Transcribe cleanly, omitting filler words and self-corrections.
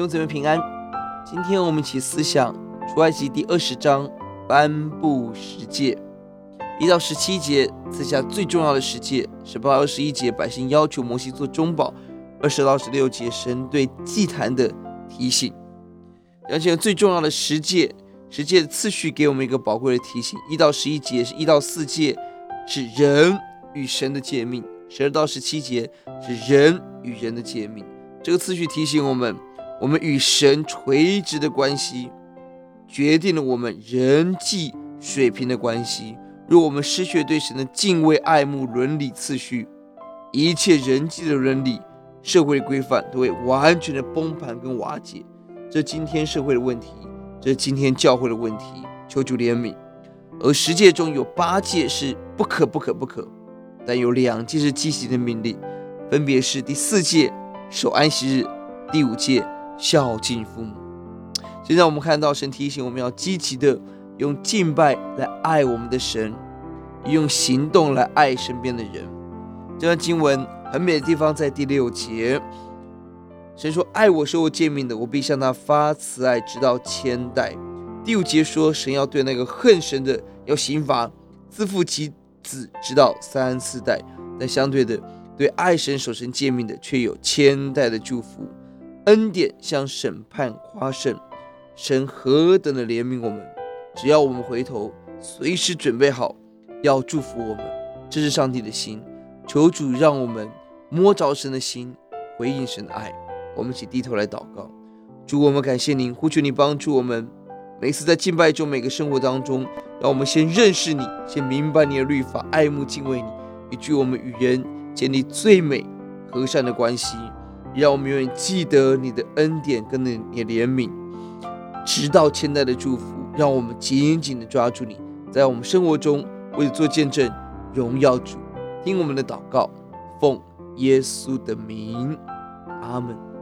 兄姊妹平安。今天我们一起思想出埃及第20章颁布十诫，1到17节赐下最重要的十诫，18到21节百姓要求摩西做中保，20到16节神对祭坛的提醒。而且最重要的十诫的次序给我们一个宝贵的提醒。1到11节是1到4诫是人与神的诫命，12到17节是人与人的诫命。这个次序提醒我们与神垂直的关系决定了我们人际水平的关系。若我们失去对神的敬畏、爱慕、伦理次序，一切人际的伦理、社会的规范都会完全的崩盘跟瓦解。这今天社会的问题，这今天教会的问题，求主怜悯。而十诫中有8诫是不可，但有2诫是积极的命令，分别是第4诫守安息日，第5诫孝敬父母。现在我们看到神提醒我们要积极的用敬拜来爱我们的神，用行动来爱身边的人。这段经文很美的地方在第6节，神说：爱我守我诫命的，我必向他发慈爱，直到千代。第5节说，神要对那个恨神的要刑罚，自父及子，直到3、4代。但相对的，对爱神守神诫命的却有千代的祝福。恩典向审判夸胜，神何等的怜悯我们，只要我们回头，随时准备好要祝福我们。这是上帝的心，求主让我们摸着神的心，回应神的爱。我们一起低头来祷告。主，我们感谢您，呼求你帮助我们，每次在敬拜中，每个生活当中，让我们先认识你，先明白你的律法，爱慕敬畏你，以至于我们与人建立最美和善的关系。让我们永远记得你的恩典跟你的怜悯，直到千代的祝福。让我们紧紧的抓住你，在我们生活中为了做见证，荣耀主。听我们的祷告，奉耶稣的名，阿们。